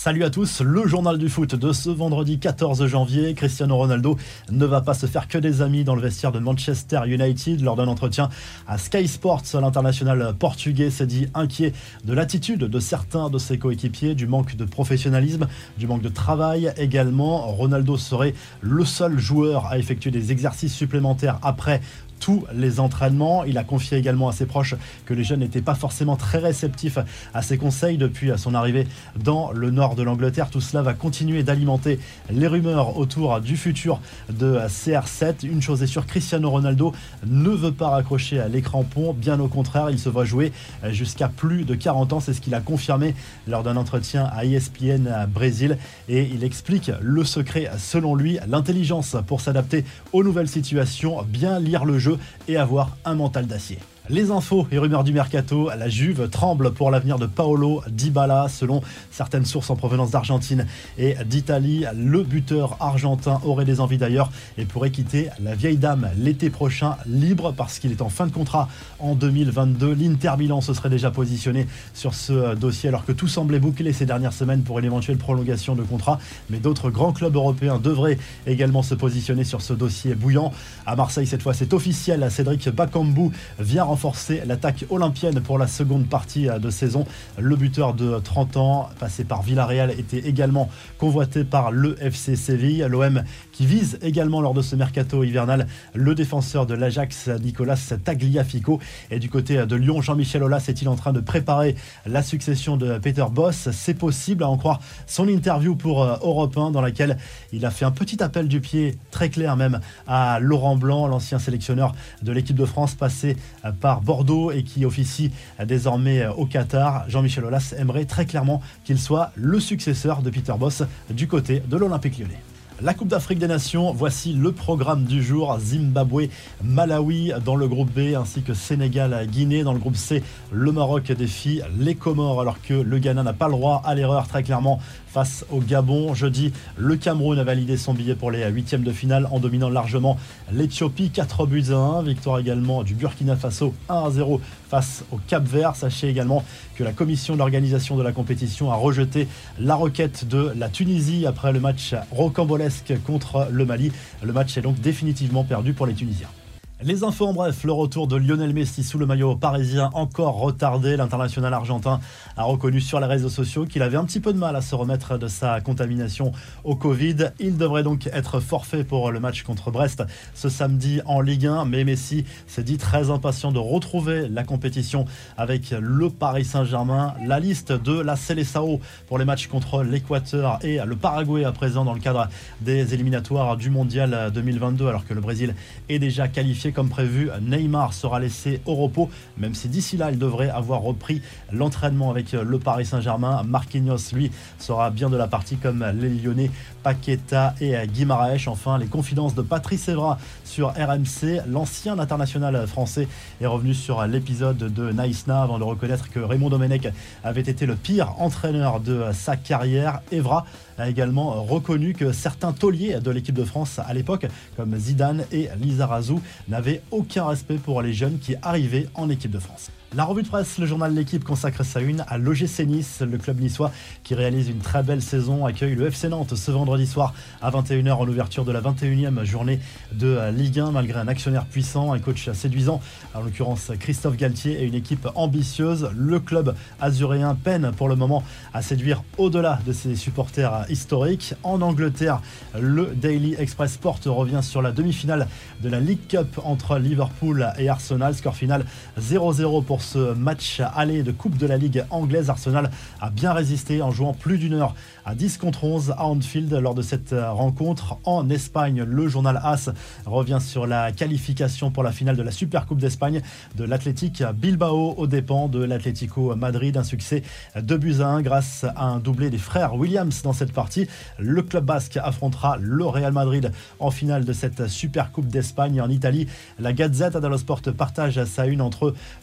Salut à tous, le journal du foot de ce vendredi 14 janvier. Cristiano Ronaldo ne va pas se faire que des amis dans le vestiaire de Manchester United. Lors d'un entretien à Sky Sports, l'international portugais s'est dit inquiet de l'attitude de certains de ses coéquipiers, du manque de professionnalisme, du manque de travail également. Ronaldo serait le seul joueur à effectuer des exercices supplémentaires après tous les entraînements. Il a confié également à ses proches que les jeunes n'étaient pas forcément très réceptifs à ses conseils depuis son arrivée dans le nord de l'Angleterre. Tout cela va continuer d'alimenter les rumeurs autour du futur de CR7. Une chose est sûre, Cristiano Ronaldo ne veut pas raccrocher à les crampons. Bien au contraire, il se voit jouer jusqu'à plus de 40 ans. C'est ce qu'il a confirmé lors d'un entretien à ESPN à Brésil. Et il explique le secret, selon lui, l'intelligence pour s'adapter aux nouvelles situations, bien lire le jeu et avoir un mental d'acier. Les infos et rumeurs du mercato, la Juve tremble pour l'avenir de Paulo Dybala. Selon certaines sources en provenance d'Argentine et d'Italie, le buteur argentin aurait des envies d'ailleurs et pourrait quitter la vieille dame l'été prochain libre parce qu'il est en fin de contrat en 2022. L'Inter Milan se serait déjà positionné sur ce dossier alors que tout semblait bouclé ces dernières semaines pour une éventuelle prolongation de contrat. Mais d'autres grands clubs européens devraient également se positionner sur ce dossier bouillant. À Marseille, cette fois, c'est officiel. Cédric Bakambu vient renforcer l'attaque olympienne pour la seconde partie de saison. Le buteur de 30 ans, passé par Villarreal, était également convoité par le FC Séville. L'OM qui vise également lors de ce mercato hivernal le défenseur de l'Ajax, Nicolas Tagliafico. Et du côté de Lyon, Jean-Michel Aulas est-il en train de préparer la succession de Peter Bosz? C'est possible, à en croire son interview pour Europe 1 dans laquelle il a fait un petit appel du pied, très clair même, à Laurent Blanc, l'ancien sélectionneur de l'équipe de France passé par Bordeaux et qui officie désormais au Qatar. Jean-Michel Aulas aimerait très clairement qu'il soit le successeur de Peter Bosz du côté de l'Olympique Lyonnais. La Coupe d'Afrique des Nations, voici le programme du jour. Zimbabwe, Malawi dans le groupe B, ainsi que Sénégal, Guinée. Dans le groupe C, le Maroc défie les Comores, alors que le Ghana n'a pas le droit à l'erreur très clairement face au Gabon. Jeudi, le Cameroun a validé son billet pour les huitièmes de finale en dominant largement l'Éthiopie, 4-1. Victoire également du Burkina Faso, 1-0 face au Cap-Vert. Sachez également que la commission d'organisation de la compétition a rejeté la requête de la Tunisie après le match rocambolesque contre le Mali. Le match est donc définitivement perdu pour les Tunisiens. Les infos en bref, le retour de Lionel Messi sous le maillot parisien encore retardé. L'international argentin a reconnu sur les réseaux sociaux qu'il avait un petit peu de mal à se remettre de sa contamination au Covid. Il devrait donc être forfait pour le match contre Brest ce samedi en Ligue 1. Mais Messi s'est dit très impatient de retrouver la compétition avec le Paris Saint-Germain. La liste de la Seleção pour les matchs contre l'Équateur et le Paraguay à présent dans le cadre des éliminatoires du Mondial 2022 alors que le Brésil est déjà qualifié. Comme prévu, Neymar sera laissé au repos, même si d'ici là, il devrait avoir repris l'entraînement avec le Paris Saint-Germain. Marquinhos, lui, sera bien de la partie comme les Lyonnais, Paqueta et Guimaraes. Enfin, les confidences de Patrice Evra sur RMC. L'ancien international français est revenu sur l'épisode de Naïsna avant de reconnaître que Raymond Domenech avait été le pire entraîneur de sa carrière. Evra a également reconnu que certains tauliers de l'équipe de France à l'époque, comme Zidane et Lizarazu, n'avaient aucun respect pour les jeunes qui arrivaient en équipe de France. La revue de presse, le journal L'Équipe consacre sa une à l'OGC Nice. Le club niçois qui réalise une très belle saison accueille le FC Nantes ce vendredi soir à 21h en ouverture de la 21e journée de Ligue 1. Malgré un actionnaire puissant, un coach séduisant, en l'occurrence Christophe Galtier, et une équipe ambitieuse, le club azuréen peine pour le moment à séduire au-delà de ses supporters historiques. En Angleterre, le Daily Express Sport revient sur la demi-finale de la League Cup entre Liverpool et Arsenal. Score final 0-0 pour ce match aller de Coupe de la Ligue anglaise. Arsenal a bien résisté en jouant plus d'une heure à 10 contre 11 à Anfield lors de cette rencontre. En Espagne, le journal AS revient sur la qualification pour la finale de la Super Coupe d'Espagne de l'Athletic Bilbao aux dépens de l'Atlético Madrid. Un succès 2-1 grâce à un doublé des frères Williams dans cette partie. Le club basque affrontera le Real Madrid en finale de cette Super Coupe d'Espagne. En Italie, la Gazzetta dello Sport partage sa une entre le futur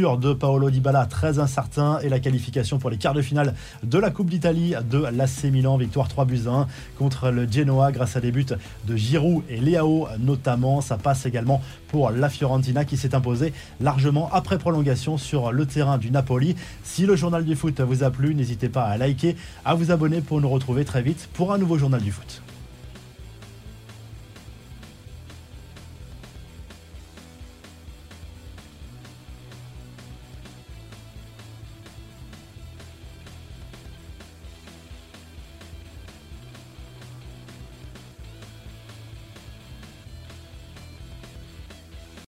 futur de Paolo Dybala très incertain et la qualification pour les quarts de finale de la Coupe d'Italie de l'AC Milan. Victoire 3-1 contre le Genoa grâce à des buts de Giroud et Leao notamment. Ça passe également pour la Fiorentina qui s'est imposée largement après prolongation sur le terrain du Napoli. Si le journal du foot vous a plu, n'hésitez pas à liker, à vous abonner pour nous retrouver très vite pour un nouveau journal du foot.